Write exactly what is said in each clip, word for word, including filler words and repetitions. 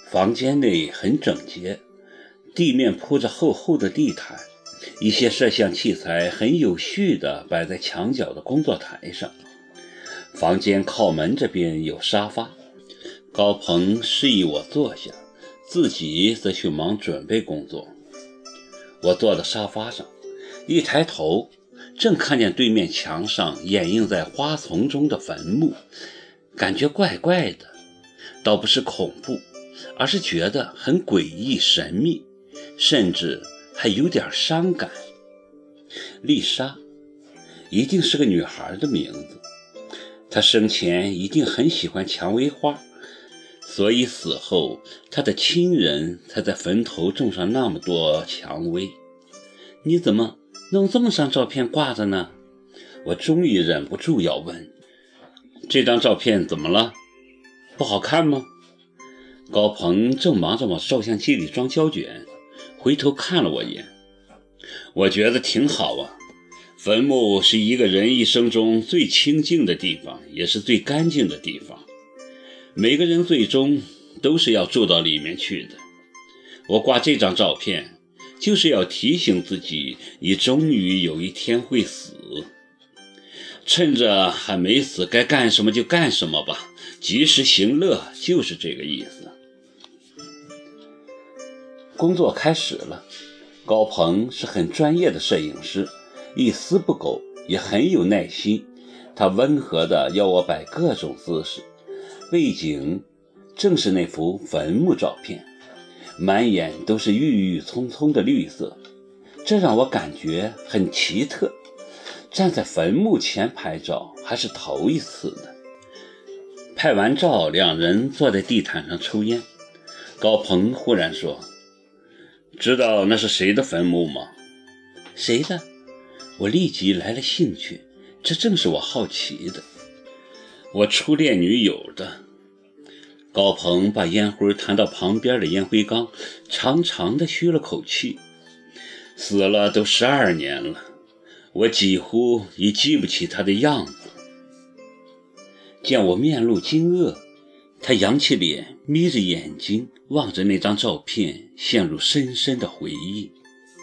房间内很整洁，地面铺着厚厚的地毯，一些摄像器材很有序地摆在墙角的工作台上。房间靠门这边有沙发，高鹏示意我坐下，自己则去忙准备工作。我坐在沙发上，一抬头正看见对面墙上掩映在花丛中的坟墓，感觉怪怪的，倒不是恐怖，而是觉得很诡异神秘，甚至还有点伤感。丽莎一定是个女孩的名字，她生前一定很喜欢蔷薇花，所以死后她的亲人才在坟头种上那么多蔷薇。你怎么弄这么张照片挂着呢？我终于忍不住要问。这张照片怎么了？不好看吗？高鹏正忙着往照相机里装胶卷，回头看了我一眼。我觉得挺好啊，坟墓是一个人一生中最清静的地方，也是最干净的地方。每个人最终都是要住到里面去的。我挂这张照片，就是要提醒自己，你终于有一天会死。趁着还没死，该干什么就干什么吧，及时行乐，就是这个意思。工作开始了，高鹏是很专业的摄影师，一丝不苟，也很有耐心。他温和地要我摆各种姿势，背景正是那幅坟墓照片，满眼都是郁郁葱葱的绿色，这让我感觉很奇特。站在坟墓前拍照还是头一次呢。拍完照，两人坐在地毯上抽烟。高鹏忽然说：知道那是谁的坟墓吗？谁的？我立即来了兴趣，这正是我好奇的。我初恋女友的。高鹏把烟灰弹到旁边的烟灰缸，长长的吁了口气。死了都十二年了，我几乎已记不起他的样子。见我面露惊愕，他扬起脸，眯着眼睛望着那张照片，陷入深深的回忆。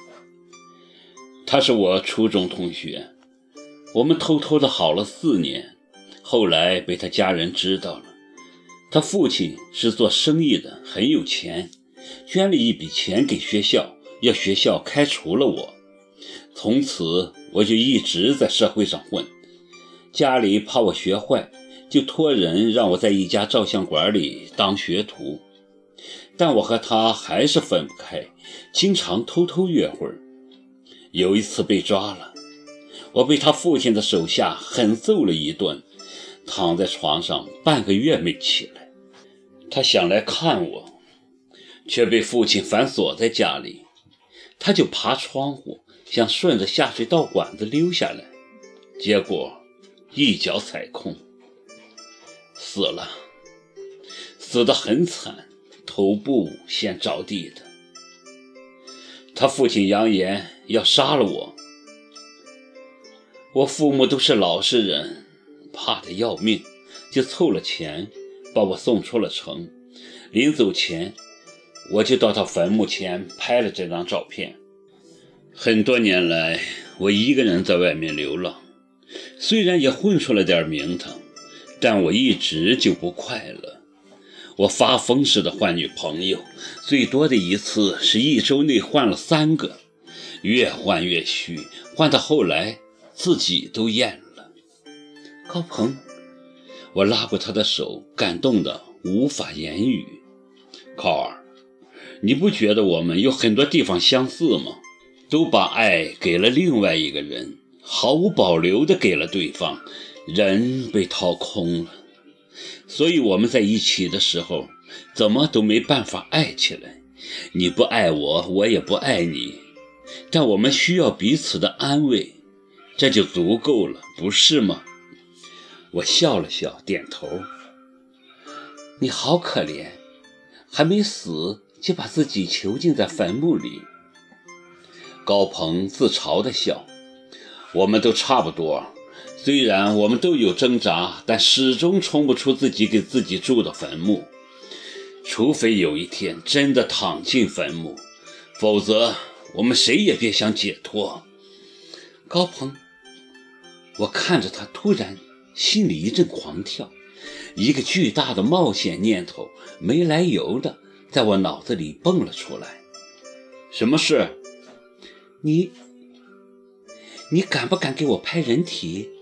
他是我初中同学，我们偷偷的好了四年，后来被他家人知道了。他父亲是做生意的，很有钱，捐了一笔钱给学校，要学校开除了我。从此我就一直在社会上混，家里怕我学坏，就托人让我在一家照相馆里当学徒。但我和他还是分不开，经常偷偷约会。有一次被抓了，我被他父亲的手下狠揍了一顿，躺在床上半个月没起来。他想来看我，却被父亲反锁在家里。他就爬窗户，想顺着下水道管子溜下来，结果一脚踩空，死了，死得很惨，头部先着地的。他父亲扬言要杀了我，我父母都是老实人，怕得要命，就凑了钱把我送出了城。临走前，我就到他坟墓前拍了这张照片。很多年来，我一个人在外面流浪，虽然也混出了点名堂，但我一直就不快乐。我发疯似的换女朋友，最多的一次是一周内换了三个，越换越虚，换到后来自己都厌了。高鹏，我拉过他的手，感动得无法言语。高儿，你不觉得我们有很多地方相似吗？都把爱给了另外一个人，毫无保留地给了对方，人被掏空了。所以我们在一起的时候，怎么都没办法爱起来。你不爱我，我也不爱你，但我们需要彼此的安慰，这就足够了，不是吗？我笑了笑，点头。你好可怜，还没死就把自己囚禁在坟墓里。高鹏自嘲地笑，我们都差不多，虽然我们都有挣扎，但始终冲不出自己给自己筑的坟墓。 除非有一天真的躺进坟墓，否则我们谁也别想解脱。高鹏，我看着他，突然心里一阵狂跳，一个巨大的冒险念头没来由的在我脑子里蹦了出来。什么事？你你敢不敢给我拍人体？